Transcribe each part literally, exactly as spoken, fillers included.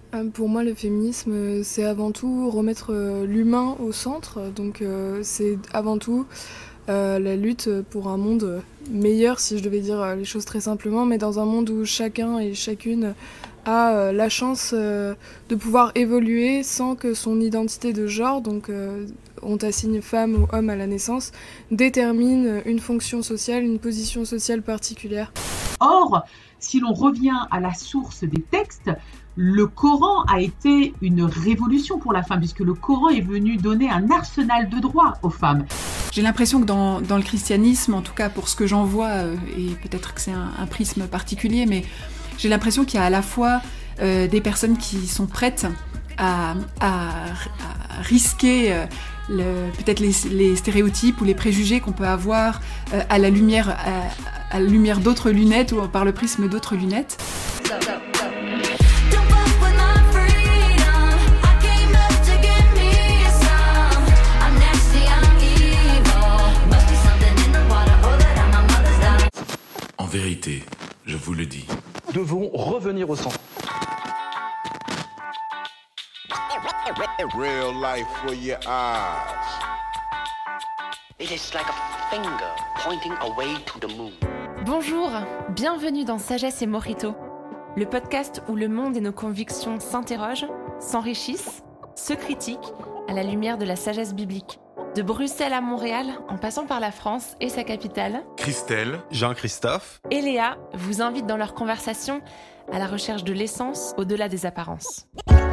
Euh, Pour moi, le féminisme, euh, c'est avant tout remettre euh, l'humain au centre. Donc, euh, c'est avant tout euh, la lutte pour un monde meilleur, si je devais dire euh, les choses très simplement, mais dans un monde où chacun et chacune a euh, la chance euh, de pouvoir évoluer sans que son identité de genre, donc euh, on t'assigne femme ou homme à la naissance, détermine une fonction sociale, une position sociale particulière. Or, si l'on revient à la source des textes, le Coran a été une révolution pour la femme, puisque le Coran est venu donner un arsenal de droits aux femmes. J'ai l'impression que dans, dans le christianisme, en tout cas pour ce que j'en vois, euh, et peut-être que c'est un, un prisme particulier, mais j'ai l'impression qu'il y a à la fois euh, des personnes qui sont prêtes à, à, à risquer euh, le, peut-être les, les stéréotypes ou les préjugés qu'on peut avoir euh, à la lumière, à, à la lumière d'autres lunettes ou par le prisme d'autres lunettes. En vérité, je vous le dis. Nous devons revenir au centre. Real life for your eyes. It is like a finger pointing away to the moon. Bonjour, bienvenue dans Sagesse et Mojito, le podcast où le monde et nos convictions s'interrogent, s'enrichissent, se critiquent à la lumière de la sagesse biblique. De Bruxelles à Montréal, en passant par la France et sa capitale, Christelle, Jean-Christophe et Léa vous invitent dans leur conversation à la recherche de l'essence au-delà des apparences.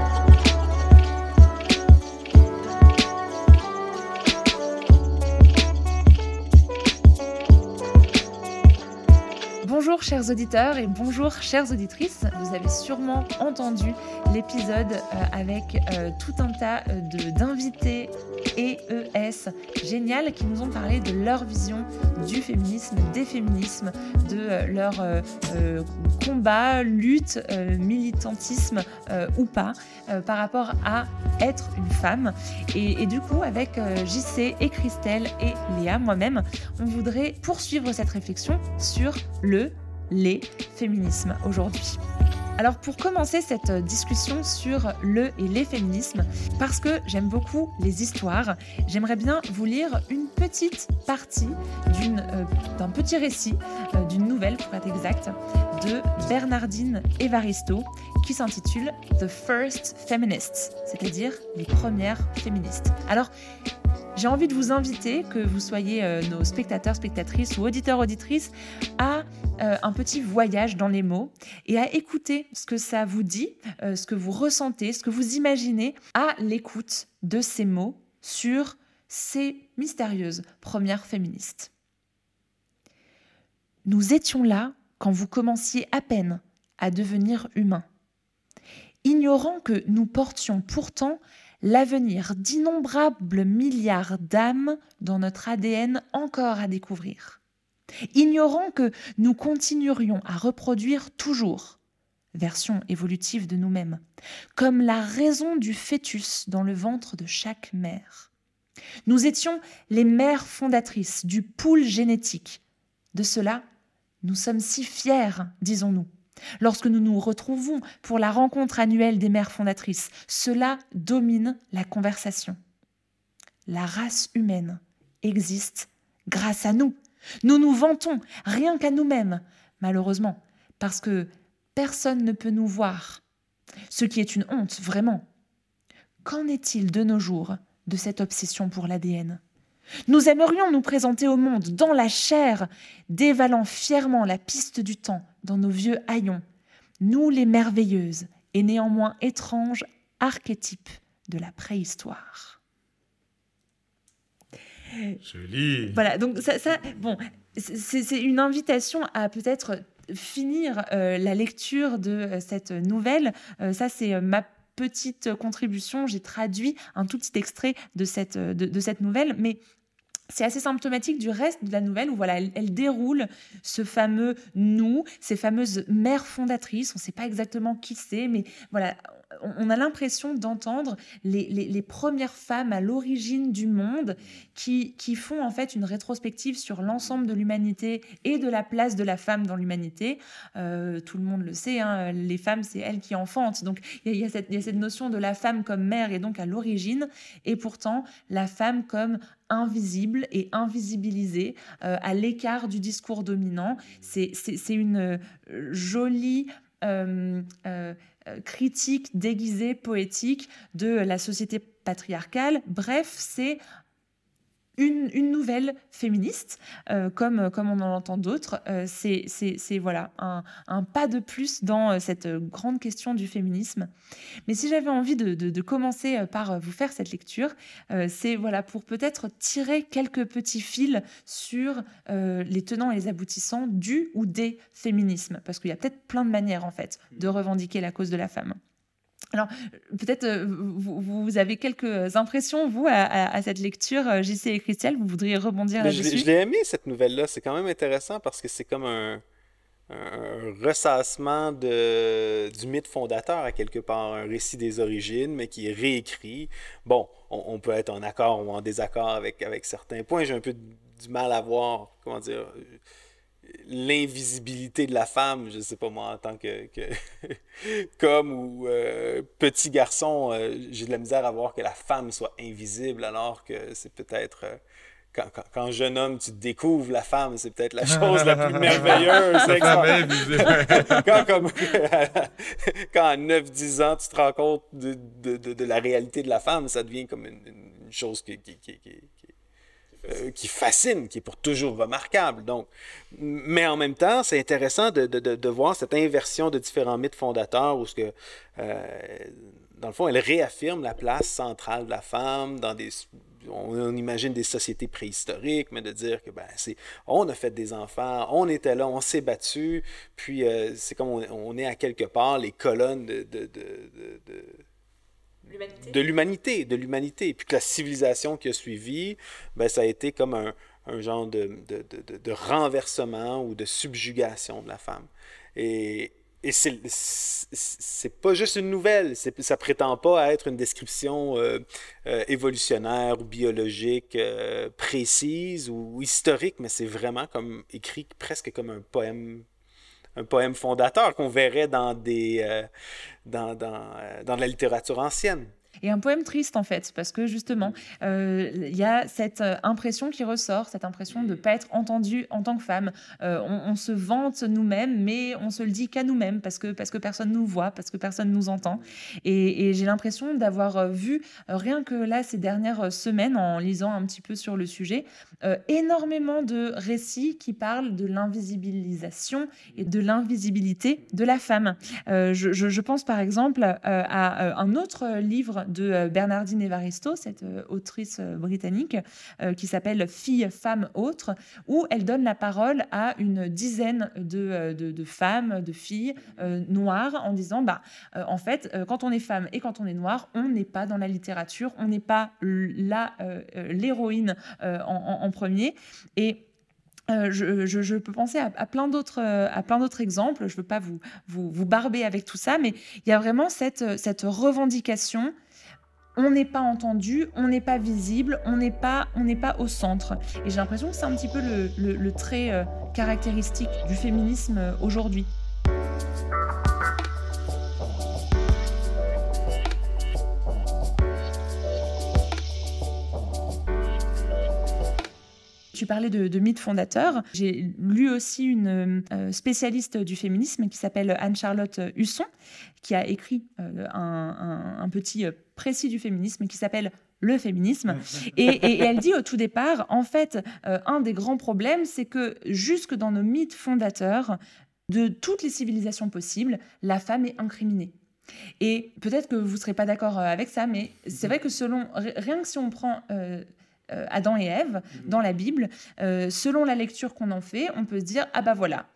Bonjour chers auditeurs et bonjour chères auditrices. Vous avez sûrement entendu l'épisode euh, avec euh, tout un tas euh, de, d'invités et E S génial qui nous ont parlé de leur vision du féminisme, des féminismes, de euh, leur euh, euh, combat, lutte, euh, militantisme euh, ou pas euh, par rapport à être une femme. Et, et du coup, avec euh, J C et Christelle et Léa, moi-même, on voudrait poursuivre cette réflexion sur le les féminismes aujourd'hui. Alors pour commencer cette discussion sur le et les féminismes, parce que j'aime beaucoup les histoires, j'aimerais bien vous lire une petite partie d'une, euh, d'un petit récit, euh, d'une nouvelle pour être exact, de Bernardine Evaristo, qui s'intitule « The First Feminists », c'est-à-dire les premières féministes. Alors, j'ai envie de vous inviter, que vous soyez euh, nos spectateurs, spectatrices ou auditeurs, auditrices, à euh, un petit voyage dans les mots et à écouter ce que ça vous dit, euh, ce que vous ressentez, ce que vous imaginez à l'écoute de ces mots sur ces mystérieuses premières féministes. Nous étions là quand vous commenciez à peine à devenir humains, ignorant que nous portions pourtant l'avenir d'innombrables milliards d'âmes dans notre A D N encore à découvrir. Ignorant que nous continuerions à reproduire toujours, version évolutive de nous-mêmes, comme la raison du fœtus dans le ventre de chaque mère. Nous étions les mères fondatrices du pool génétique. De cela, nous sommes si fiers, disons-nous. Lorsque nous nous retrouvons pour la rencontre annuelle des mères fondatrices, cela domine la conversation. La race humaine existe grâce à nous. Nous nous vantons rien qu'à nous-mêmes, malheureusement, parce que personne ne peut nous voir. Ce qui est une honte, vraiment. Qu'en est-il de nos jours de cette obsession pour l'A D N ? Nous aimerions nous présenter au monde dans la chair, dévalant fièrement la piste du temps dans nos vieux haillons, nous les merveilleuses et néanmoins étranges archétypes de la préhistoire. Joli. Voilà, donc ça, ça bon, c'est, c'est une invitation à peut-être finir euh, la lecture de euh, cette nouvelle. Euh, ça, c'est euh, ma petite contribution. J'ai traduit un tout petit extrait de cette, de, de cette nouvelle, mais c'est assez symptomatique du reste de la nouvelle où voilà, elle, elle déroule ce fameux nous, ces fameuses mères fondatrices. On ne sait pas exactement qui c'est, mais voilà, on a l'impression d'entendre les, les, les premières femmes à l'origine du monde qui, qui font en fait une rétrospective sur l'ensemble de l'humanité et de la place de la femme dans l'humanité. Euh, tout le monde le sait, hein, les femmes, c'est elles qui enfantent. Donc il y, y, y a cette notion de la femme comme mère et donc à l'origine, et pourtant la femme comme invisible et invisibilisée, euh, à l'écart du discours dominant. C'est, c'est, c'est une euh, jolie... Euh, euh, critique déguisée, poétique de la société patriarcale. Bref, c'est une, une nouvelle féministe, euh, comme, comme on en entend d'autres. Euh, c'est, c'est, c'est voilà, un, un pas de plus dans cette grande question du féminisme. Mais si j'avais envie de, de, de commencer par vous faire cette lecture, euh, c'est voilà, pour peut-être tirer quelques petits fils sur euh, les tenants et les aboutissants du ou des féminismes, parce qu'il y a peut-être plein de manières en fait de revendiquer la cause de la femme. Alors, peut-être euh, vous, vous avez quelques impressions, vous, à, à, à cette lecture, J C et Christelle, vous voudriez rebondir Mais là-dessus? Je l'ai, je l'ai aimé, cette nouvelle-là. C'est quand même intéressant parce que c'est comme un, un ressassement de, du mythe fondateur, à quelque part, un récit des origines, mais qui est réécrit. Bon, on, on peut être en accord ou en désaccord avec, avec certains points. J'ai un peu du mal à voir, comment dire... l'invisibilité de la femme, je sais pas moi, en tant que, que comme ou euh, petit garçon, euh, j'ai de la misère à voir que la femme soit invisible, alors que c'est peut-être euh, quand, quand, quand jeune homme tu découvres la femme, c'est peut-être la chose la plus merveilleuse. C'est quand, quand, comme, quand à neuf dix ans tu te rends compte de, de, de, de la réalité de la femme, ça devient comme une, une chose qui, qui, qui, qui Euh, qui fascine, qui est pour toujours remarquable. Donc, mais en même temps, c'est intéressant de, de, de, de voir cette inversion de différents mythes fondateurs où, ce que, euh, dans le fond, elle réaffirme la place centrale de la femme dans des... On, on imagine des sociétés préhistoriques, mais de dire que ben, c'est, on a fait des enfants, on était là, on s'est battu, puis euh, c'est comme on, on est à quelque part les colonnes de... de, de, de, de L'humanité. de l'humanité, de l'humanité. Et puis que la civilisation qui a suivi, ben, ça a été comme un, un genre de, de, de, de renversement ou de subjugation de la femme. Et, et c'est, c'est pas juste une nouvelle, c'est, ça prétend pas être une description euh, euh, évolutionnaire ou biologique euh, précise ou historique, mais c'est vraiment comme écrit presque comme un poème un poème fondateur qu'on verrait dans, des, euh, dans, dans, euh, dans la littérature ancienne. Et un poème triste, en fait, parce que justement, il euh, y a cette euh, impression qui ressort, cette impression de ne pas être entendue en tant que femme. Euh, on, on se vante nous-mêmes, mais on se le dit qu'à nous-mêmes, parce que, parce que personne ne nous voit, parce que personne ne nous entend. Et, et j'ai l'impression d'avoir vu, euh, rien que là, ces dernières semaines, en lisant un petit peu sur le sujet, euh, énormément de récits qui parlent de l'invisibilisation et de l'invisibilité de la femme. Euh, je, je, je pense par exemple euh, à euh, un autre livre de Bernardine Evaristo, cette euh, autrice euh, britannique, euh, qui s'appelle « Filles, femmes, autres », où elle donne la parole à une dizaine de, de, de femmes, de filles euh, noires, en disant bah, euh, en fait, euh, quand on est femme et quand on est noire, on n'est pas dans la littérature, on n'est pas la, euh, l'héroïne euh, en, en, en premier. Et Euh, je, je, je peux penser à, à, plein d'autres, à plein d'autres exemples. Je ne veux pas vous, vous, vous barber avec tout ça, mais il y a vraiment cette, cette revendication. On n'est pas entendu, on n'est pas visible, on n'est pas, on n'est pas au centre. Et j'ai l'impression que c'est un petit peu le, le, le trait euh, caractéristique du féminisme euh, aujourd'hui. Tu parlais de, de mythes fondateurs. J'ai lu aussi une euh, spécialiste du féminisme qui s'appelle Anne-Charlotte Husson, qui a écrit euh, un, un, un petit précis du féminisme qui s'appelle Le féminisme. Et, et, et elle dit au tout départ, en fait, euh, un des grands problèmes, c'est que jusque dans nos mythes fondateurs, de toutes les civilisations possibles, la femme est incriminée. Et peut-être que vous ne serez pas d'accord avec ça, mais c'est vrai que selon, rien que si on prend... Euh, Adam et Ève, dans la Bible, euh, selon la lecture qu'on en fait, on peut se dire, ah bah voilà,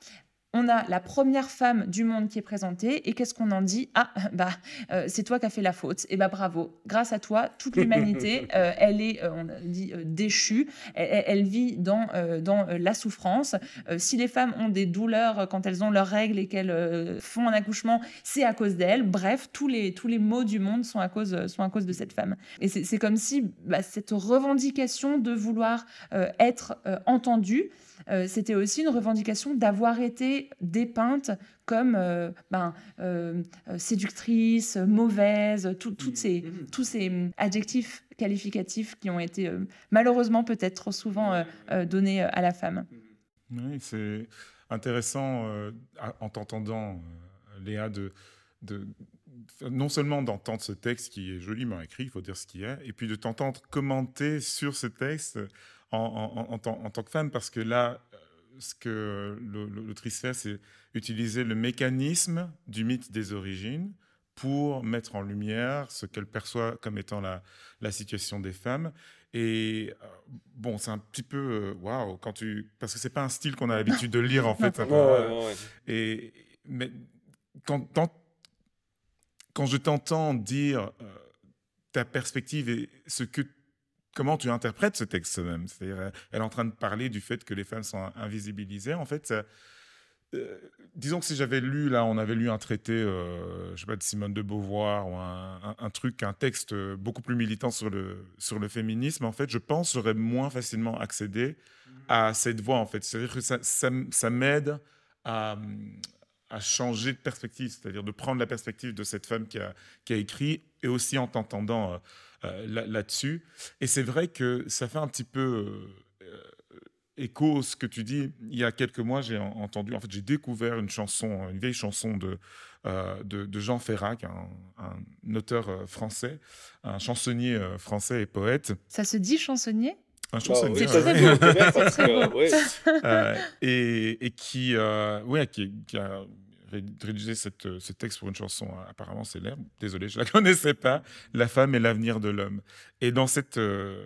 on a la première femme du monde qui est présentée, et qu'est-ce qu'on en dit? Ah, bah, euh, c'est toi qui as fait la faute. Et bah bravo, grâce à toi, toute l'humanité, euh, elle est, euh, on a dit, euh, déchue, elle, elle vit dans, euh, dans euh, la souffrance. Euh, si les femmes ont des douleurs quand elles ont leurs règles et qu'elles euh, font un accouchement, c'est à cause d'elles. Bref, tous les, tous les maux du monde sont à cause, sont à cause de cette femme. Et c'est, c'est comme si bah, cette revendication de vouloir euh, être euh, entendue, Euh, c'était aussi une revendication d'avoir été dépeinte comme euh, ben, euh, séductrice, mauvaise, tout, toutes ces, tous ces adjectifs qualificatifs qui ont été euh, malheureusement peut-être trop souvent euh, euh, donnés à la femme. Oui, c'est intéressant euh, en t'entendant, euh, Léa, de, de, non seulement d'entendre ce texte qui est joliment écrit, il faut dire ce qu'il y a, et puis de t'entendre commenter sur ce texte en, en, en, en, en tant que femme, parce que là, ce que l'autrice fait, c'est utiliser le mécanisme du mythe des origines pour mettre en lumière ce qu'elle perçoit comme étant la, la situation des femmes. Et euh, bon, c'est un petit peu waouh wow, quand tu, parce que c'est pas un style qu'on a l'habitude de lire en fait. Ouais, ouais, ouais. Et mais quand, quand, quand je t'entends dire euh, ta perspective et ce que comment tu interprètes ce texte même, c'est-à-dire elle est en train de parler du fait que les femmes sont invisibilisées. En fait, ça, euh, disons que si j'avais lu, là, on avait lu un traité, euh, je sais pas, de Simone de Beauvoir ou un, un, un truc, un texte beaucoup plus militant sur le, sur le féminisme, en fait, je pense que j'aurais moins facilement accédé à cette voie, en fait. C'est-à-dire que ça, ça, ça m'aide à, à changer de perspective, c'est-à-dire de prendre la perspective de cette femme qui a, qui a écrit, et aussi en t'entendant euh, euh, là, là-dessus. Et c'est vrai que ça fait un petit peu euh, écho ce que tu dis. Il y a quelques mois, j'ai entendu, en fait, j'ai découvert une chanson, une vieille chanson de, euh, de, de Jean Ferrat, un, un auteur français, un chansonnier français et poète. Ça se dit chansonnier ? Un chansonnier. C'est très beau. C'est très beau. euh, et, et qui, euh, ouais, qui, qui a rédigé cette, ce texte pour une chanson apparemment célèbre. Désolé, je ne la connaissais pas. La femme est l'avenir de l'homme. Et dans cette euh,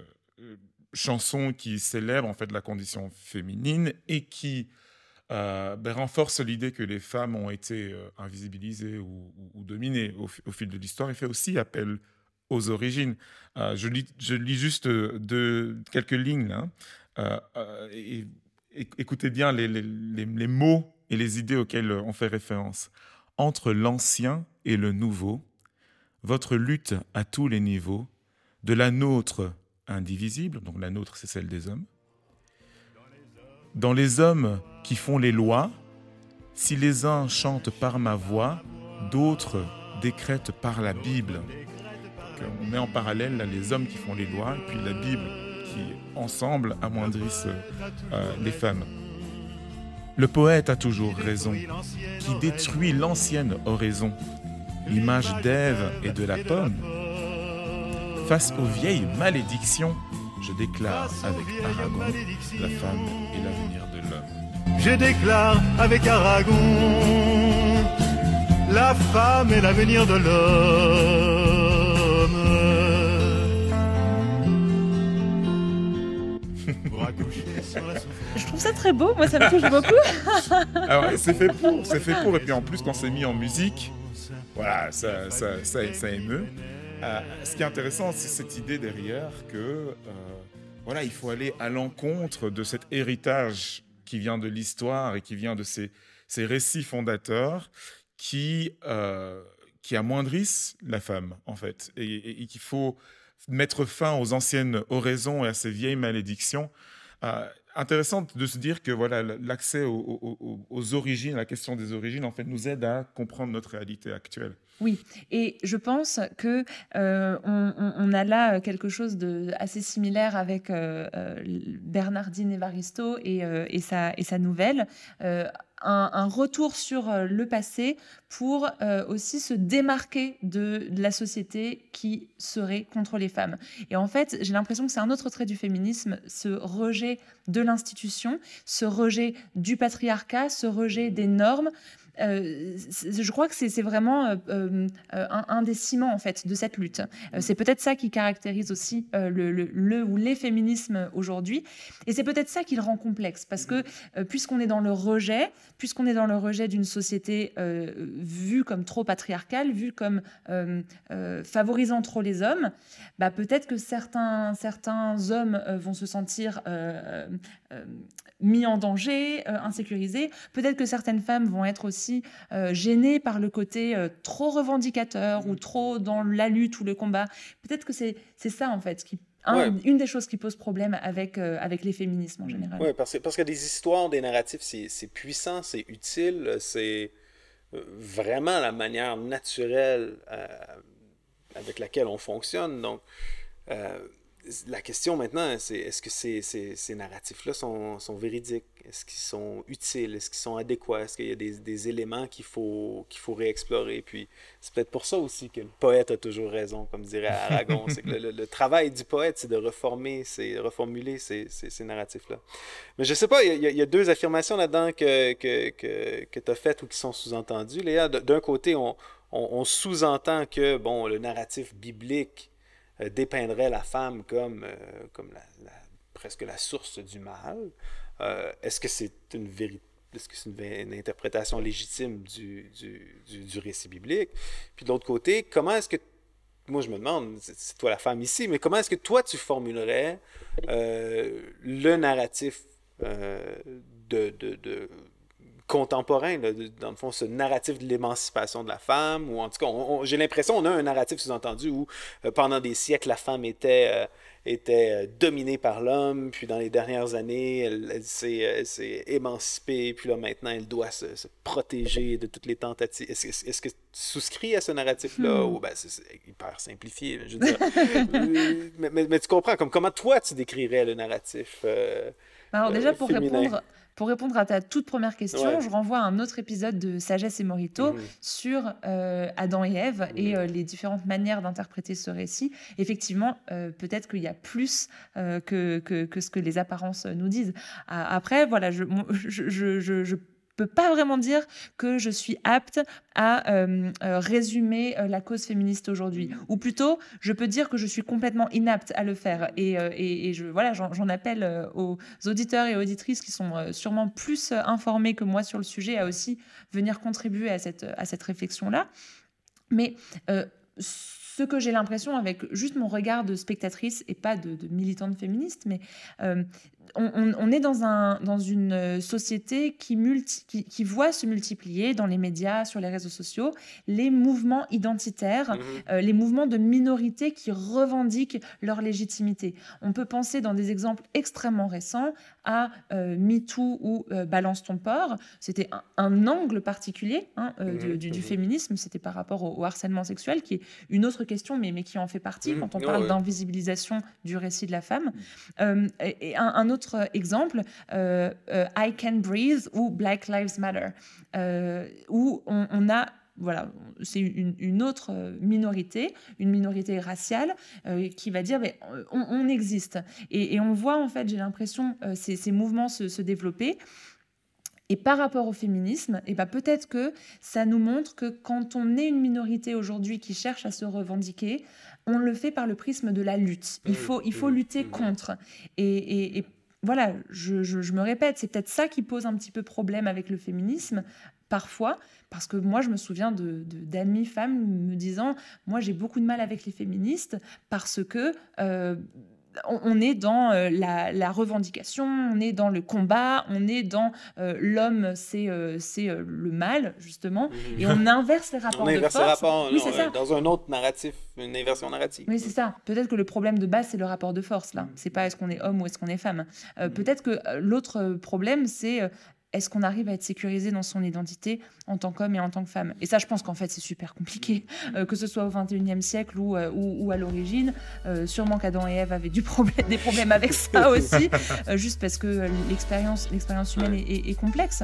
chanson qui célèbre en fait la condition féminine et qui euh, ben, renforce l'idée que les femmes ont été euh, invisibilisées ou, ou, ou dominées au, au fil de l'histoire, il fait aussi appel aux origines. Euh, je, lis, je lis juste de, quelques lignes là. Euh, euh, et, et, écoutez bien les, les, les, les mots et les idées auxquelles on fait référence. Entre l'ancien et le nouveau, votre lutte à tous les niveaux, de la nôtre indivisible, donc la nôtre c'est celle des hommes, dans les hommes qui font les lois, si les uns chantent par ma voix, d'autres décrètent par la Bible. On met en parallèle là, les hommes qui font les lois et puis la Bible qui, ensemble, amoindrissent euh, les femmes. Le poète a toujours raison, qui détruit l'ancienne oraison, l'image d'Ève et de la pomme. Face aux vieilles malédictions, je déclare avec Aragon, la femme est l'avenir de l'homme. Je déclare avec Aragon, la femme est l'avenir de l'homme. Je trouve ça très beau, moi ça me touche beaucoup. Alors c'est fait pour, c'est fait pour, et puis en plus quand c'est mis en musique, voilà, ça, ça, ça, ça émeut. Euh, ce qui est intéressant, c'est cette idée derrière que euh, voilà, il faut aller à l'encontre de cet héritage qui vient de l'histoire et qui vient de ces, ces récits fondateurs qui, euh, qui amoindrissent la femme en fait, et, et, et qu'il faut mettre fin aux anciennes oraisons et à ces vieilles malédictions. Euh, intéressant de se dire que voilà, l'accès aux, aux, aux origines, la question des origines, en fait, nous aide à comprendre notre réalité actuelle. Oui, et je pense que euh, on, on a là quelque chose de assez similaire avec euh, Bernardine Evaristo et, euh, et, sa, et sa nouvelle. Euh, Un, un retour sur le passé pour euh, aussi se démarquer de, de la société qui serait contre les femmes. Et en fait, j'ai l'impression que c'est un autre trait du féminisme, ce rejet de l'institution, ce rejet du patriarcat, ce rejet des normes, euh, je crois que c'est, c'est vraiment euh, euh, un, un des ciments en fait de cette lutte. Euh, c'est peut-être ça qui caractérise aussi euh, le, le, le ou les féminismes aujourd'hui, et c'est peut-être ça qui le rend complexe, parce que euh, puisqu'on est dans le rejet, puisqu'on est dans le rejet d'une société euh, vue comme trop patriarcale, vue comme euh, euh, favorisant trop les hommes, bah peut-être que certains certains hommes euh, vont se sentir euh, euh, mis en danger, euh, insécurisés. Peut-être que certaines femmes vont être aussi euh, gênées par le côté euh, trop revendicateur ou trop dans la lutte ou le combat. Peut-être que c'est, c'est ça, en fait, qui, un, ouais. une des choses qui pose problème avec, euh, avec les féminismes en général. Oui, parce que, parce que des histoires, des narratifs, c'est, c'est puissant, c'est utile, c'est vraiment la manière naturelle euh, avec laquelle on fonctionne. Donc, euh, la question maintenant, c'est est-ce que ces, ces, ces narratifs-là sont, sont véridiques? Est-ce qu'ils sont utiles? Est-ce qu'ils sont adéquats? Est-ce qu'il y a des, des éléments qu'il faut, qu'il faut réexplorer? Puis c'est peut-être pour ça aussi que le poète a toujours raison, comme dirait Aragon. C'est que le, le, le travail du poète, c'est de reformer, c'est reformuler ces, ces, ces narratifs-là. Mais je sais pas, il y, il y a deux affirmations là-dedans que, que, que, que tu as faites ou qui sont sous-entendues, Léa. D'un côté, on, on, on sous-entend que bon, le narratif biblique dépeindrait la femme comme, euh, comme la, la, presque la source du mal. Euh, est-ce que c'est une vérité? Est-ce que c'est une, une interprétation légitime du, du, du, du récit biblique? Puis de l'autre côté, comment est-ce que, moi je me demande, c'est, c'est toi la femme ici, mais comment est-ce que toi tu formulerais euh, le narratif euh, de, de, de contemporain, là, de, dans le fond, ce narratif de l'émancipation de la femme, ou en tout cas, on, on, j'ai l'impression qu'on a un narratif sous-entendu où euh, pendant des siècles, la femme était, euh, était euh, dominée par l'homme, puis dans les dernières années, elle, elle, s'est, elle s'est émancipée, puis là, maintenant, elle doit se, se protéger de toutes les tentatives. Est-ce, est-ce, est-ce que tu souscris à ce narratif-là? Hmm. Ou ben, c'est, c'est hyper simplifié, je veux dire. mais, mais, mais tu comprends, comme, comment toi, tu décrirais le narratif euh, Alors déjà, pour féminin? répondre... Pour répondre à ta toute première question, ouais. je renvoie à un autre épisode de Sagesse et Morito mmh. sur euh, Adam et Ève mmh. et euh, les différentes manières d'interpréter ce récit. Effectivement, euh, peut-être qu'il y a plus euh, que, que, que ce que les apparences nous disent. Après, voilà, je, je, je, je, je peux pas vraiment dire que je suis apte à euh, euh, résumer euh, la cause féministe aujourd'hui, ou plutôt je peux dire que je suis complètement inapte à le faire, et, euh, et, et je, voilà, j'en, j'en appelle euh, aux auditeurs et auditrices qui sont euh, sûrement plus euh, informés que moi sur le sujet à aussi venir contribuer à cette, à cette réflexion-là. Mais euh, ce que j'ai l'impression, avec juste mon regard de spectatrice et pas de, de militante féministe, mais euh, on, on, on est dans, un, dans une société qui, multi, qui, qui voit se multiplier dans les médias, sur les réseaux sociaux, les mouvements identitaires, mmh. euh, les mouvements de minorités qui revendiquent leur légitimité. On peut penser dans des exemples extrêmement récents à euh, MeToo ou euh, Balance ton porc. C'était un, un angle particulier hein, euh, mmh. du, du, du féminisme, c'était par rapport au, au harcèlement sexuel, qui est une autre question, mais, mais qui en fait partie mmh. quand on parle oh, ouais. d'invisibilisation du récit de la femme. Euh, et, et un, un autre exemple, euh, euh, I Can Breathe ou Black Lives Matter, euh, où on, on a voilà, c'est une, une autre minorité, une minorité raciale euh, qui va dire mais on, on existe. Et, et on voit en fait, j'ai l'impression, euh, ces, ces mouvements se, se développer. Et par rapport au féminisme, eh ben peut-être que ça nous montre que quand on est une minorité aujourd'hui qui cherche à se revendiquer, on le fait par le prisme de la lutte. Il faut, il faut lutter contre. Et, et, et voilà, je, je, je me répète, c'est peut-être ça qui pose un petit peu problème avec le féminisme, parfois, parce que moi, je me souviens de, de, d'amis femmes me disant « Moi, j'ai beaucoup de mal avec les féministes parce que... Euh, on est dans euh, la, la revendication, on est dans le combat, on est dans euh, l'homme, c'est, euh, c'est euh, le mal, justement, mmh. et on inverse les rapports on de inverse force. Les rapports, oui, non, c'est ça. Dans un autre narratif, une inversion narrative. Oui, c'est ça. Peut-être que le problème de base, c'est le rapport de force, là. C'est pas est-ce qu'on est homme ou est-ce qu'on est femme. Euh, mmh. Peut-être que euh, l'autre problème, c'est... Euh, est-ce qu'on arrive à être sécurisé dans son identité en tant qu'homme et en tant que femme? Et ça, je pense qu'en fait, c'est super compliqué, euh, que ce soit au vingt et unième siècle ou, euh, ou, ou à l'origine. Euh, sûrement qu'Adam et Ève avaient du problème, des problèmes avec ça aussi, euh, juste parce que l'expérience, l'expérience humaine est, est, est complexe.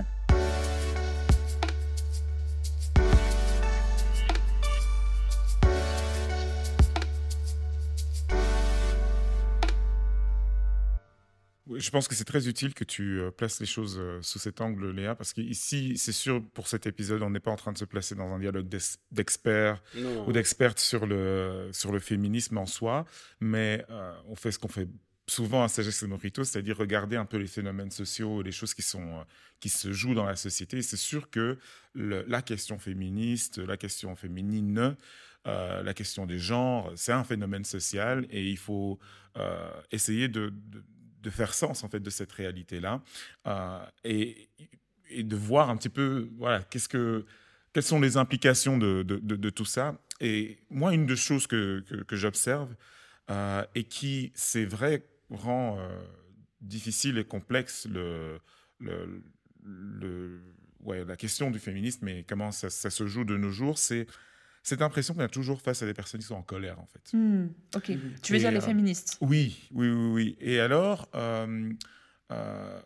Oui, je pense que c'est très utile que tu euh, places les choses euh, sous cet angle, Léa, parce qu'ici, c'est sûr, pour cet épisode, on n'est pas en train de se placer dans un dialogue d'ex- d'experts Non. ou d'expertes sur le, sur le féminisme en soi, mais euh, on fait ce qu'on fait souvent à Sagesse et Mojito, c'est-à-dire regarder un peu les phénomènes sociaux, les choses qui, sont, euh, qui se jouent dans la société. Et c'est sûr que le- la question féministe, la question féminine, euh, la question des genres, c'est un phénomène social et il faut euh, essayer de, de de faire sens en fait de cette réalité-là euh, et, et de voir un petit peu voilà qu'est-ce que quelles sont les implications de, de, de, de tout ça. Et moi, une des choses que, que, que j'observe euh, et qui, c'est vrai, rend euh, difficile et complexe le, le, le, ouais, la question du féminisme et comment ça, ça se joue de nos jours, c'est cette impression qu'on est toujours face à des personnes qui sont en colère, en fait. Mmh, ok. Tu veux Et, dire les euh, féministes? Oui, oui, oui, oui. Et alors, euh, euh,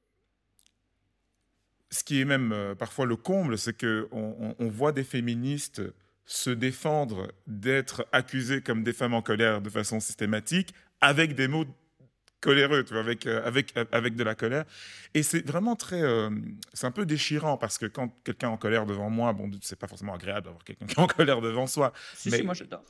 ce qui est même euh, parfois le comble, c'est qu'on on, on voit des féministes se défendre d'être accusées comme des femmes en colère de façon systématique, avec des mots coléreux, tu vois, avec, euh, avec, avec de la colère. Et c'est vraiment très... Euh, c'est un peu déchirant, parce que quand quelqu'un est en colère devant moi, bon, c'est pas forcément agréable d'avoir quelqu'un qui est en colère devant soi. Si, mais, si, moi j'adore.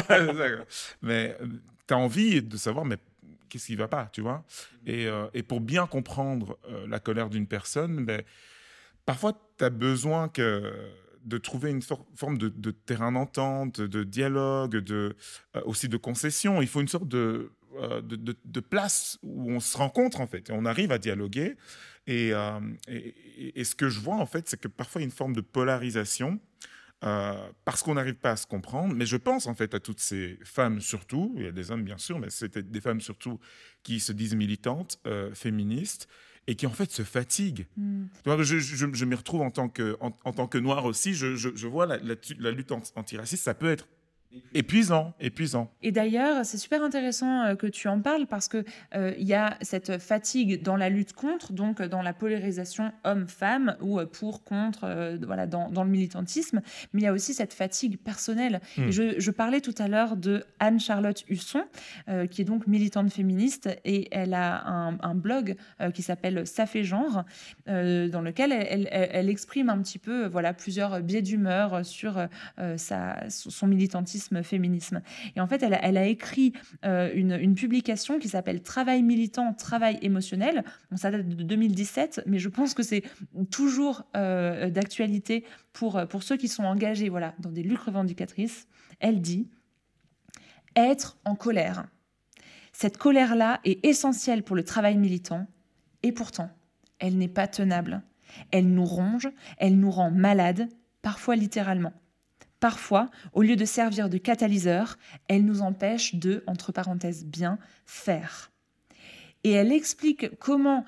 mais tu as envie de savoir, mais qu'est-ce qui ne va pas, tu vois. Et, euh, et pour bien comprendre euh, la colère d'une personne, ben, parfois, tu as besoin que, de trouver une for- forme de, de terrain d'entente, de dialogue, de, euh, aussi de concession. Il faut une sorte de, euh, de, de, de place où on se rencontre, en fait, et on arrive à dialoguer. Et, euh, et, et, et ce que je vois, en fait, c'est que parfois, il y a une forme de polarisation, euh, parce qu'on n'arrive pas à se comprendre. Mais je pense, en fait, à toutes ces femmes, surtout, il y a des hommes, bien sûr, mais c'est des femmes, surtout, qui se disent militantes, euh, féministes, et qui en fait se fatiguent. Mm. Tu vois, je, je, je m'y retrouve en tant que, en, en tant que noir aussi, je, je, je vois la, la, la lutte antiraciste, ça peut être épuisant, épuisant. Et d'ailleurs, c'est super intéressant que tu en parles parce qu'il euh, y a cette fatigue dans la lutte contre, donc dans la polarisation homme-femme ou pour, contre, euh, voilà, dans, dans le militantisme, mais il y a aussi cette fatigue personnelle. Mmh. Et je, je parlais tout à l'heure de Anne-Charlotte Husson, euh, qui est donc militante féministe, et elle a un, un blog euh, qui s'appelle Ça fait genre, euh, dans lequel elle, elle, elle exprime un petit peu voilà, plusieurs biais d'humeur sur euh, sa, son militantisme féminisme. Et en fait, elle a, elle a écrit euh, une, une publication qui s'appelle Travail militant, travail émotionnel. Bon, ça date de deux mille dix-sept, mais je pense que c'est toujours euh, d'actualité pour, pour ceux qui sont engagés voilà, dans des luttes revendicatrices. Elle dit « Être en colère. Cette colère-là est essentielle pour le travail militant et pourtant, elle n'est pas tenable. Elle nous ronge, elle nous rend malades, parfois littéralement. Parfois, au lieu de servir de catalyseur, elle nous empêche de, entre parenthèses, bien faire. » Et elle explique comment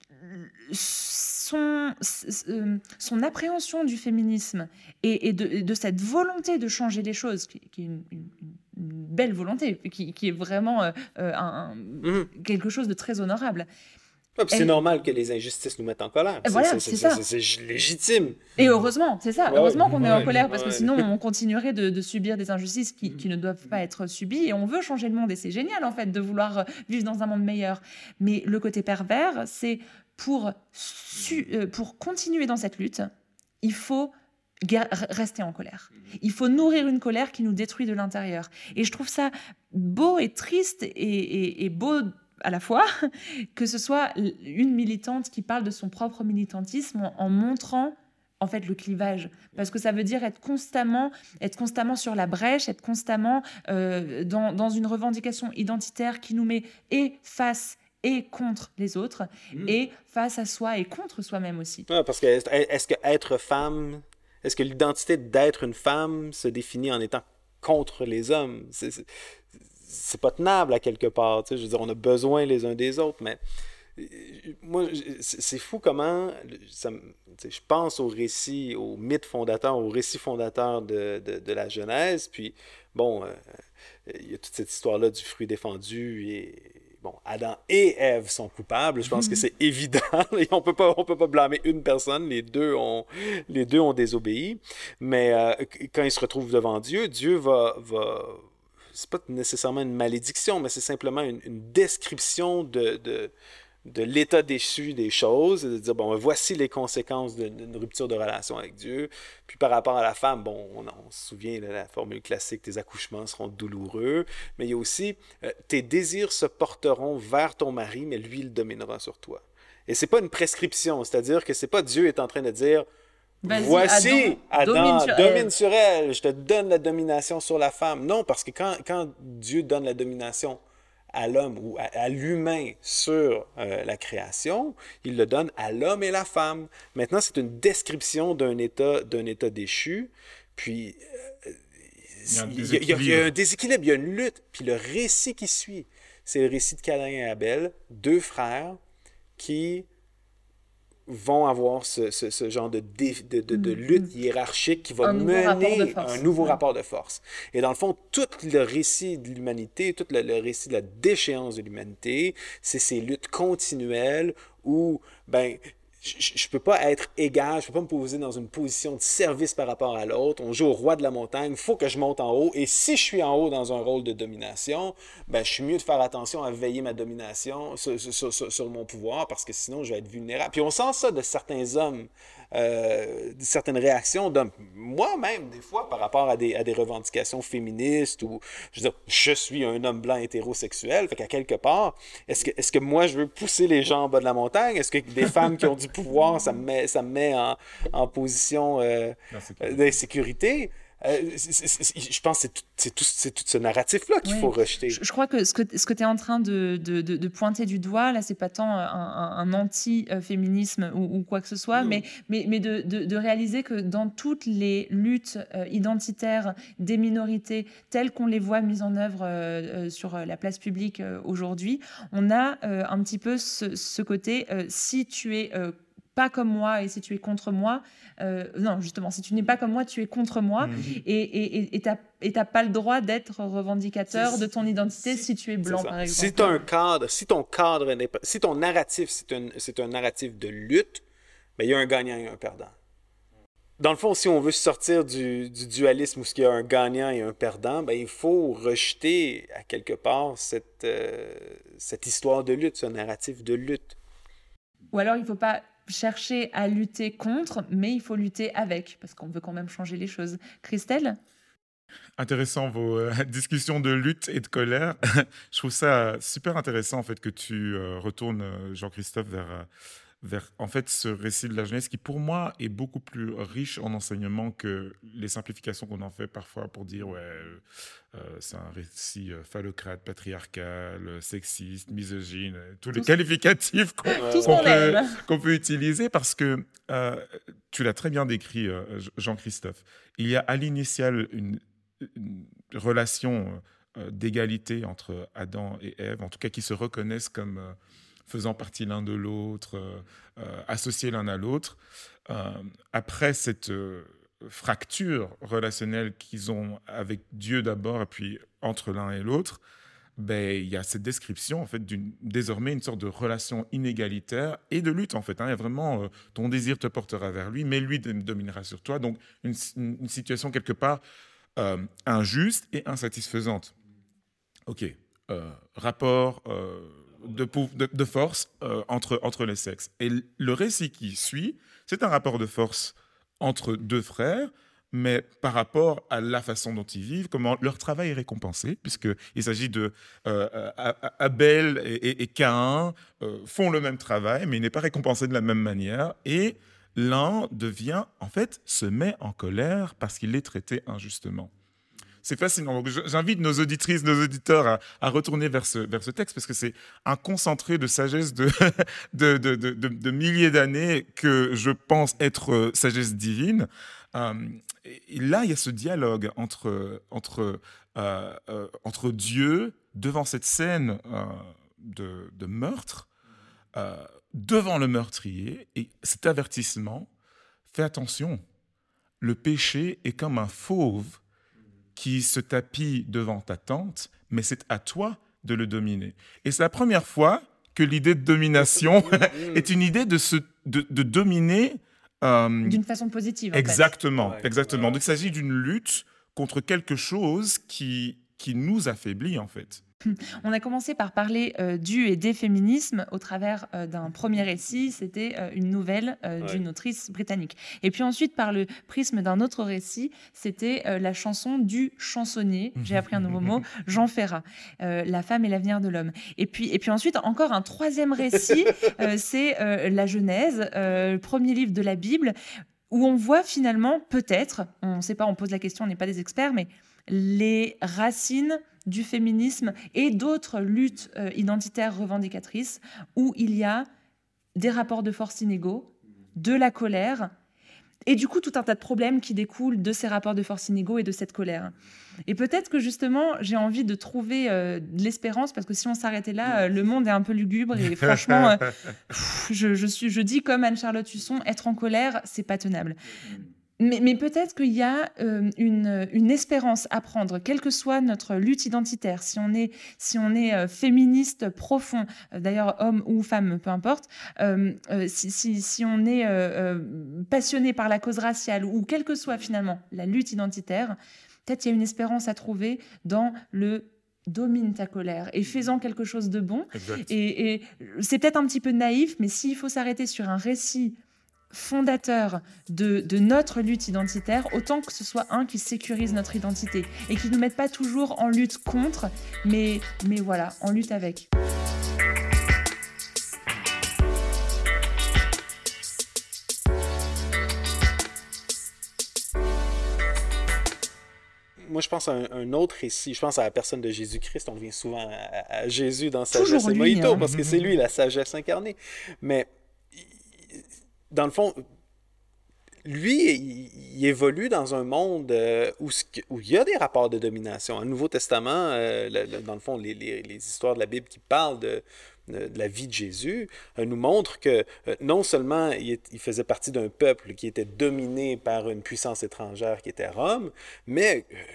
son, son appréhension du féminisme et, et de, de cette volonté de changer les choses, qui, qui est une, une, une belle volonté, qui, qui est vraiment euh, un, mmh. quelque chose de très honorable. Ouais, c'est Elle... normal que les injustices nous mettent en colère. Voilà, c'est, c'est, c'est, c'est ça. C'est, c'est légitime. Et heureusement, c'est ça. Ouais, heureusement qu'on ouais, est en colère, parce ouais. que sinon, on continuerait de, de subir des injustices qui, qui ne doivent pas être subies. Et on veut changer le monde. Et c'est génial, en fait, de vouloir vivre dans un monde meilleur. Mais le côté pervers, c'est pour, su, euh, pour continuer dans cette lutte, il faut rester en colère. Il faut nourrir une colère qui nous détruit de l'intérieur. Et je trouve ça beau et triste et, et, et beau à la fois, que ce soit une militante qui parle de son propre militantisme en, en montrant en fait le clivage, parce que ça veut dire être constamment, être constamment sur la brèche, être constamment euh, dans, dans une revendication identitaire qui nous met et face et contre les autres, mmh. et face à soi et contre soi-même aussi. Ouais, parce que est-ce que être femme, est-ce que l'identité d'être une femme se définit en étant contre les hommes? C'est, c'est... c'est pas tenable à quelque part, tu sais, je veux dire, on a besoin les uns des autres, mais moi, c'est fou comment, ça, je pense au récit, au mythe fondateur, au récit fondateur de, de, de la Genèse, puis bon, euh, il y a toute cette histoire-là du fruit défendu, et bon, Adam et Ève sont coupables, je pense que c'est évident, on peut pas, on peut pas blâmer une personne, les deux ont, les deux ont désobéi, mais euh, quand ils se retrouvent devant Dieu, Dieu va... va c'est pas nécessairement une malédiction, mais c'est simplement une, une description de, de, de l'état déchu des choses, et de dire, bon, voici les conséquences d'une rupture de relation avec Dieu. Puis par rapport à la femme, bon, on, on se souvient de la formule classique, tes accouchements seront douloureux, mais il y a aussi, euh, tes désirs se porteront vers ton mari, mais lui, il dominera sur toi. Et c'est pas une prescription, c'est-à-dire que c'est pas Dieu est en train de dire, Vas-y, voici, Adam, Adam, domine sur domine elle. sur elle, je te donne la domination sur la femme. Non, parce que quand, quand Dieu donne la domination à l'homme ou à, à l'humain sur euh, la création, il le donne à l'homme et la femme. Maintenant, c'est une description d'un état, d'un état déchu, puis euh, Il y a un il y a, il y a- il y a déséquilibre. un déséquilibre, il y a une lutte, puis le récit qui suit, c'est le récit de Caïn et Abel, deux frères qui vont avoir ce, ce, ce genre de, dé- de, de, de lutte hiérarchique qui va Un nouveau rapport de mener force. un nouveau Ouais. rapport de force. Et dans le fond, tout le récit de l'humanité, tout le, le récit de la déchéance de l'humanité, c'est ces luttes continuelles où, ben, je ne peux pas être égal, je ne peux pas me poser dans une position de service par rapport à l'autre. On joue au roi de la montagne, il faut que je monte en haut. Et si je suis en haut dans un rôle de domination, ben, je suis mieux de faire attention à veiller ma domination sur, sur, sur, sur mon pouvoir parce que sinon je vais être vulnérable. Puis on sent ça de certains hommes, euh, de certaines réactions d'hommes. Moi-même, des fois, par rapport à des, à des revendications féministes ou, je veux dire, je suis un homme blanc hétérosexuel, fait qu'à quelque part, est-ce que, est-ce que moi je veux pousser les gens en bas de la montagne? Est-ce que des femmes qui ont du pouvoir, ça me met, ça me met en, en position euh, d'insécurité? Euh, c'est- c'est- c'est- je pense que c'est tout, c'est tout, c'est tout ce narratif-là qu'il Oui. faut rejeter. Je, je crois que ce que, ce que tu es en train de, de, de, de pointer du doigt, là, c'est pas tant un, un- un anti-féminisme ou, ou quoi que ce soit, Non. mais, mais, mais de, de, de réaliser que dans toutes les luttes euh, identitaires des minorités telles qu'on les voit mises en œuvre euh, euh, sur la place publique euh, aujourd'hui, on a euh, un petit peu ce, ce côté, euh, si tu es euh, pas comme moi et si tu es contre moi, euh, non, justement, si tu n'es pas comme moi, tu es contre moi Mhm. et et- et t'as et t'as pas le droit d'être revendicateur C'est- de ton identité si tu es blanc, C'est ça. par exemple. Si tu as un cadre, si ton cadre n'est pas, si ton narratif, c'est un, c'est un narratif de lutte, ben, il y a un gagnant et un perdant. Dans le fond, si on veut sortir du, du dualisme où il y a un gagnant et un perdant, ben, il faut rejeter à quelque part cette, euh, cette histoire de lutte, ce narratif de lutte. Ou alors, il faut pas chercher à lutter contre, mais il faut lutter avec, parce qu'on veut quand même changer les choses. Christelle? Intéressant vos euh, discussions de lutte et de colère. Je trouve ça super intéressant en fait que tu euh, retournes euh, Jean-Christophe vers euh, vers en fait ce récit de la jeunesse qui pour moi est beaucoup plus riche en enseignement que les simplifications qu'on en fait parfois pour dire ouais euh, euh, c'est un récit euh, phallocrate, patriarcal, euh, sexiste, misogyne, euh, tous les Tout ce- qualificatifs qu'on Tout ce qu'on qu'on peut, aime. qu'on peut utiliser parce que euh, tu l'as très bien décrit euh, Jean-Christophe. Il y a à l'initiale une une relation euh, d'égalité entre Adam et Ève, en tout cas qui se reconnaissent comme euh, faisant partie l'un de l'autre, euh, euh, associés l'un à l'autre. Euh, après cette euh, fracture relationnelle qu'ils ont avec Dieu d'abord et puis entre l'un et l'autre, ben, il y a cette description en fait d'une désormais une sorte de relation inégalitaire et de lutte en fait. Hein. Il y a vraiment euh, ton désir te portera vers lui, mais lui dominera sur toi. Donc une, une situation quelque part Euh, injuste et insatisfaisante. Ok, euh, rapport euh, de, pou- de, de force euh, entre, entre les sexes. Et l- le récit qui suit, c'est un rapport de force entre deux frères, mais par rapport à la façon dont ils vivent, comment leur travail est récompensé, puisqu'il s'agit de euh, A- A- Abel et, et, et Caïn euh, font le même travail, mais il n'est pas récompensé de la même manière. Et l'un devient, en fait, se met en colère parce qu'il est traité injustement. C'est fascinant. Donc, j'invite nos auditrices, nos auditeurs à, à retourner vers ce, vers ce texte parce que c'est un concentré de sagesse de, de, de, de, de, de milliers d'années que je pense être sagesse divine. Euh, et là, il y a ce dialogue entre, entre, euh, euh, entre Dieu devant cette scène euh, de, de meurtre, euh, devant le meurtrier, et cet avertissement, fais attention, le péché est comme un fauve qui se tapit devant ta tente, mais c'est à toi de le dominer. Et c'est la première fois que l'idée de domination est une idée de, se, de, de dominer... Euh, d'une façon positive, en exactement, fait. exactement. Donc il s'agit d'une lutte contre quelque chose qui, qui nous affaiblit, en fait. On a commencé par parler euh, du et des féminismes au travers euh, d'un premier récit, c'était euh, une nouvelle euh, Ouais. d'une autrice britannique. Et puis ensuite, par le prisme d'un autre récit, c'était euh, la chanson du chansonnier, j'ai appris un nouveau mot, Jean Ferrat, euh, La femme et l'avenir de l'homme. Et puis, et puis ensuite, encore un troisième récit, euh, c'est euh, la Genèse, euh, le premier livre de la Bible, où on voit finalement, peut-être, on ne sait pas, on pose la question, on n'est pas des experts, mais les racines du féminisme et d'autres luttes euh, identitaires revendicatrices où il y a des rapports de force inégaux, de la colère et du coup tout un tas de problèmes qui découlent de ces rapports de force inégaux et de cette colère. Et peut-être que justement j'ai envie de trouver euh, de l'espérance parce que si on s'arrêtait là, euh, le monde est un peu lugubre et franchement, euh, pff, je, je, suis, je dis comme Anne-Charlotte Husson, être en colère, c'est pas tenable. Mais, mais peut-être qu'il y a euh, une, une espérance à prendre, quelle que soit notre lutte identitaire, si on est, si on est euh, féministe profond, euh, d'ailleurs homme ou femme, peu importe, euh, euh, si, si, si on est euh, euh, passionné par la cause raciale ou quelle que soit finalement la lutte identitaire, peut-être il y a une espérance à trouver dans le domine ta colère et fais-en quelque chose de bon. Et, et c'est peut-être un petit peu naïf, mais s'il faut s'arrêter sur un récit fondateur de, de notre lutte identitaire, autant que ce soit un qui sécurise notre identité et qui ne nous mette pas toujours en lutte contre, mais, mais voilà, en lutte avec. Moi, je pense à un, un autre récit. Je pense à la personne de Jésus-Christ. On revient souvent à, à Jésus dans Toujours Sagesse et lui, Mojito, hein. parce que c'est lui, la sagesse incarnée. Mais dans le fond, lui, il, il évolue dans un monde euh, où, où il y a des rapports de domination. Dans le Nouveau Testament, euh, le, le, dans le fond, les, les, les histoires de la Bible qui parlent de, de, de la vie de Jésus euh, nous montrent que euh, non seulement il, il faisait partie d'un peuple qui était dominé par une puissance étrangère qui était Rome, mais euh,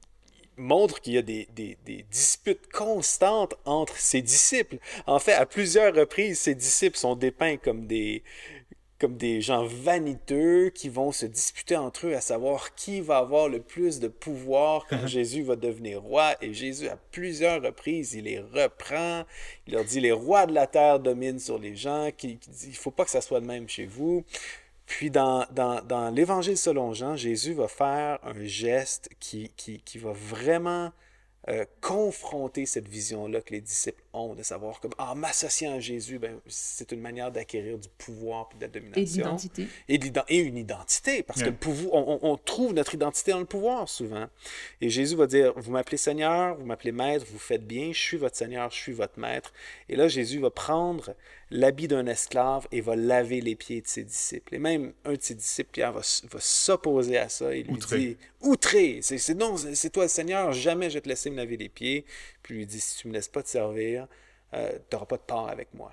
montre qu'il y a des, des, des disputes constantes entre ses disciples. En fait, à plusieurs reprises, ses disciples sont dépeints comme des... comme des gens vaniteux qui vont se disputer entre eux à savoir qui va avoir le plus de pouvoir quand Jésus va devenir roi. Et Jésus, à plusieurs reprises, il les reprend. Il leur dit, les rois de la terre dominent sur les gens. Qui, qui dit, il ne faut pas que ça soit de même chez vous. Puis dans, dans, dans l'Évangile selon Jean, Jésus va faire un geste qui, qui, qui va vraiment euh, confronter cette vision-là que les disciples ont, de savoir comme, ah, m'associant à Jésus, ben, c'est une manière d'acquérir du pouvoir et de la domination. Et d'identité. Et, et une identité, parce yeah. que le pouvoir, on, on trouve notre identité dans le pouvoir souvent. Et Jésus va dire, vous m'appelez Seigneur, vous m'appelez Maître, vous faites bien, je suis votre Seigneur, je suis votre Maître. Et là, Jésus va prendre l'habit d'un esclave et va laver les pieds de ses disciples. Et même un de ses disciples, Pierre, va, va s'opposer à ça et lui outré. dit, outré, c'est, c'est, non, c'est toi le Seigneur, jamais je vais te laisser me laver les pieds. Puis lui dit, si tu ne me laisses pas te servir, euh, tu n'auras pas de part avec moi.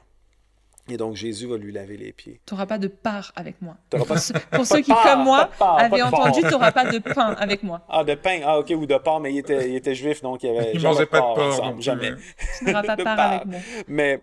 Et donc Jésus va lui laver les pieds. Tu n'auras pas de part avec moi. Pas, pour ceux, pour ceux qui, part, comme moi, part, avaient entendu, tu n'auras pas de pain avec moi. Ah, de pain, ah ok, ou de porc, mais il était, il était juif, donc il avait il mangeait pas de porc, ensemble, jamais. Tu n'auras pas de part avec moi. Mais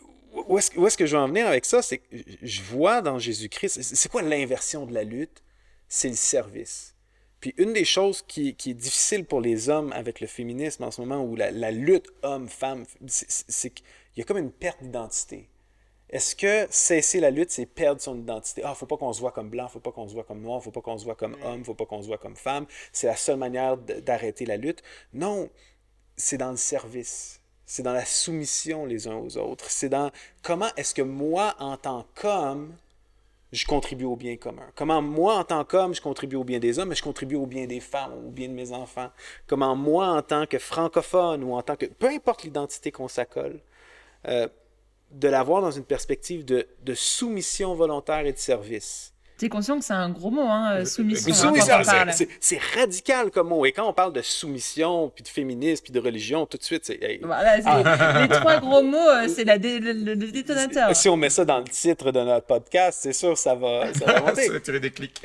où est-ce, où est-ce que je veux en venir avec ça? C'est que je vois dans Jésus-Christ, c'est quoi l'inversion de la lutte? C'est le service. Puis une des choses qui, qui est difficile pour les hommes avec le féminisme en ce moment, où la, la lutte homme-femme, c'est, c'est qu'il y a comme une perte d'identité. Est-ce que cesser la lutte, c'est perdre son identité? Ah, il ne faut pas qu'on se voit comme blanc, il ne faut pas qu'on se voit comme noir, il ne faut pas qu'on se voit comme homme, il ne faut pas qu'on se voit comme femme. C'est la seule manière d'arrêter la lutte. Non, c'est dans le service. C'est dans la soumission les uns aux autres. C'est dans comment est-ce que moi, en tant qu'homme, je contribue au bien commun. Comment moi, en tant qu'homme, je contribue au bien des hommes, mais je contribue au bien des femmes, au bien de mes enfants. Comment moi, en tant que francophone ou en tant que... Peu importe l'identité qu'on s'accole, euh, de l'avoir dans une perspective de, de soumission volontaire et de service. Tu es conscient que c'est un gros mot, hein, soumission. soumission hein, c'est, c'est, c'est radical comme mot. Et quand on parle de soumission, puis de féminisme, puis de religion, tout de suite, c'est... Hey. Voilà, c'est ah. les trois gros mots, c'est la dé, le, le détonateur. Si on met ça dans le titre de notre podcast, c'est sûr, ça va, ça va monter. Ça va tirer des clics.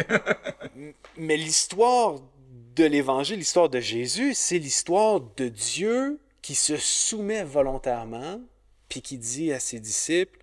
Mais l'histoire de l'Évangile, l'histoire de Jésus, c'est l'histoire de Dieu qui se soumet volontairement, puis qui dit à ses disciples,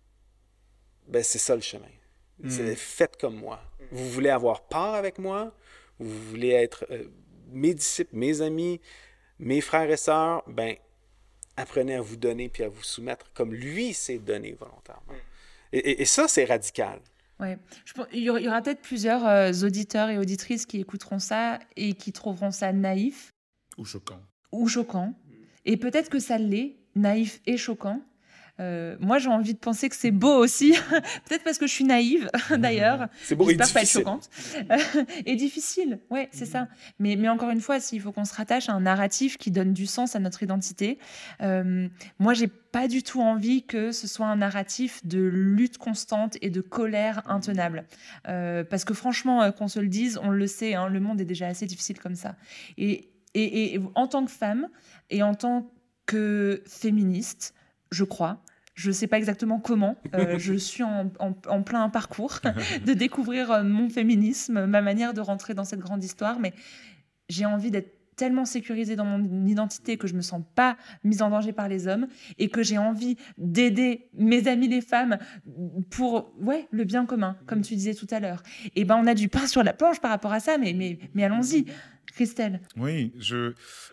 ben c'est ça le chemin. Mm. C'est faites comme moi. Vous voulez avoir part avec moi, vous voulez être euh, mes disciples, mes amis, mes frères et sœurs, ben apprenez à vous donner puis à vous soumettre comme lui s'est donné volontairement. Et, et, et ça, c'est radical. Ouais. Je pense, il y aura, il y aura peut-être plusieurs euh, auditeurs et auditrices qui écouteront ça et qui trouveront ça naïf. Ou choquant. Ou choquant. Et peut-être que ça l'est, naïf et choquant. Euh, moi, j'ai envie de penser que c'est beau aussi. Peut-être parce que je suis naïve, d'ailleurs. C'est beau et J'espère difficile. pas être choquante. Et difficile, ouais, c'est ça. Mais, mais encore une fois, s'il faut qu'on se rattache à un narratif qui donne du sens à notre identité, euh, moi, j'ai pas du tout envie que ce soit un narratif de lutte constante et de colère intenable. Euh, parce que franchement, euh, qu'on se le dise, on le sait, hein, le monde est déjà assez difficile comme ça. Et, et, et en tant que femme et en tant que féministe, je crois. Je ne sais pas exactement comment. Euh, je suis en, en, en plein parcours de découvrir mon féminisme, ma manière de rentrer dans cette grande histoire. Mais j'ai envie d'être tellement sécurisée dans mon identité que je ne me sens pas mise en danger par les hommes et que j'ai envie d'aider mes amies les femmes pour ouais, le bien commun, comme tu disais tout à l'heure. Et ben, on a du pain sur la planche par rapport à ça, mais, mais, mais allons-y, Christelle. Oui, je...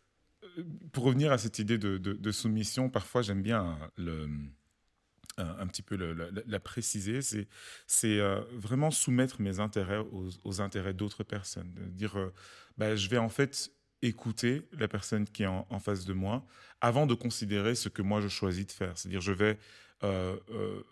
pour revenir à cette idée de, de, de soumission, parfois j'aime bien le, un, un petit peu le, la, la préciser. C'est, c'est euh, vraiment soumettre mes intérêts aux, aux intérêts d'autres personnes. De dire, euh, bah, je vais en fait écouter la personne qui est en, en face de moi avant de considérer ce que moi je choisis de faire. C'est-à-dire, je vais euh, euh,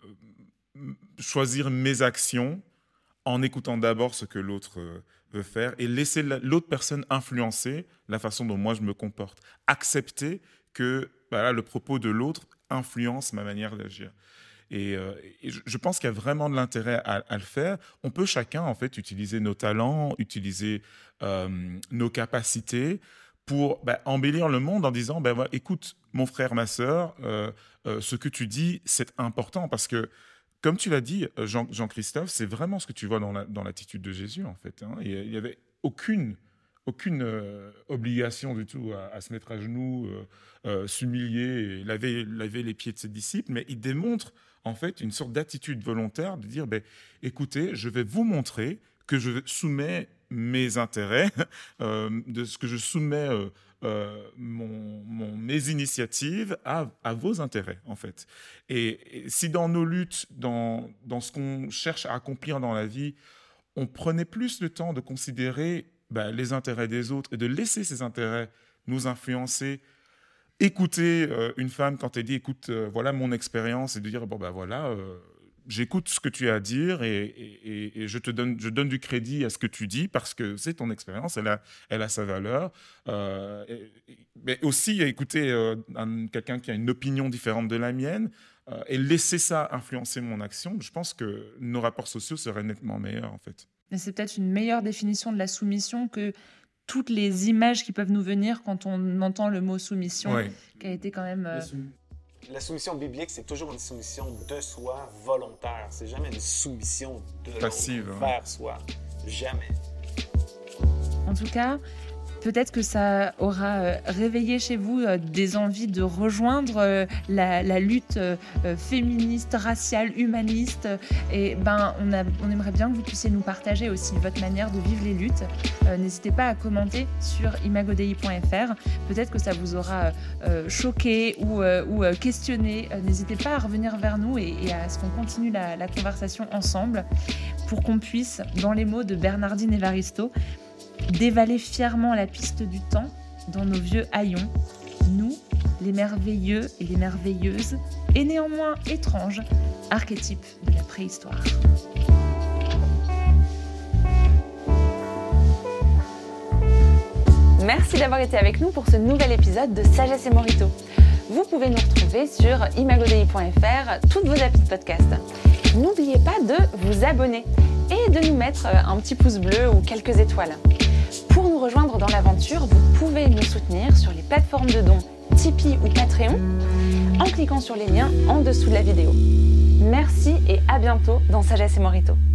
choisir mes actions en écoutant d'abord ce que l'autre euh, veut faire et laisser la, l'autre personne influencer la façon dont moi je me comporte. Accepter que voilà, le propos de l'autre influence ma manière d'agir. Et, euh, et je, je pense qu'il y a vraiment de l'intérêt à, à le faire. On peut chacun en fait utiliser nos talents, utiliser euh, nos capacités pour bah, embellir le monde en disant bah, bah, écoute, mon frère, ma sœur, euh, euh, ce que tu dis, c'est important parce que comme tu l'as dit, Jean, Jean-Christophe, c'est vraiment ce que tu vois dans, la, dans l'attitude de Jésus, en fait. Hein. Et il n'y avait aucune, aucune euh, obligation du tout à, à se mettre à genoux, euh, euh, s'humilier et laver, laver les pieds de ses disciples, mais il démontre, en fait, une sorte d'attitude volontaire de dire, ben, écoutez, je vais vous montrer que je soumets mes intérêts, euh, de ce que je soumets euh, euh, mon, mon, mes initiatives à, à vos intérêts, en fait. Et, et si dans nos luttes, dans, dans ce qu'on cherche à accomplir dans la vie, on prenait plus le temps de considérer ben, les intérêts des autres et de laisser ces intérêts nous influencer, écouter euh, une femme quand elle dit « écoute, euh, voilà mon expérience » et de dire « bon ben voilà, euh, j'écoute ce que tu as à dire et, et, et je te donne, je donne du crédit à ce que tu dis parce que c'est ton expérience, elle a, elle a sa valeur. Euh, et, mais aussi écouter euh, un, quelqu'un qui a une opinion différente de la mienne euh, et laisser ça influencer mon action. Je pense que nos rapports sociaux seraient nettement meilleurs en fait. Et c'est peut-être une meilleure définition de la soumission que toutes les images qui peuvent nous venir quand on entend le mot soumission, ouais. Qui a été quand même... Euh... La soumission biblique, c'est toujours une soumission de soi volontaire. C'est jamais une soumission de passive l'autre vers soi. Jamais. En tout cas, peut-être que ça aura réveillé chez vous des envies de rejoindre la, la lutte féministe, raciale, humaniste. Et ben, on, a, on aimerait bien que vous puissiez nous partager aussi votre manière de vivre les luttes. Euh, n'hésitez pas à commenter sur imagodei point f r. Peut-être que ça vous aura euh, choqué ou, euh, ou euh, questionné. Euh, n'hésitez pas à revenir vers nous et, et à ce qu'on continue la, la conversation ensemble pour qu'on puisse, dans les mots de Bernardine Evaristo, dévaler fièrement la piste du temps dans nos vieux haillons, nous, les merveilleux et les merveilleuses, et néanmoins étranges, archétypes de la préhistoire. Merci d'avoir été avec nous pour ce nouvel épisode de Sagesse et Morito. Vous pouvez nous retrouver sur imagodei point f r, toutes vos applis de podcast. N'oubliez pas de vous abonner et de nous mettre un petit pouce bleu ou quelques étoiles. Pour nous rejoindre dans l'aventure, vous pouvez nous soutenir sur les plateformes de dons Tipeee ou Patreon en cliquant sur les liens en dessous de la vidéo. Merci et à bientôt dans Sagesse et Morito.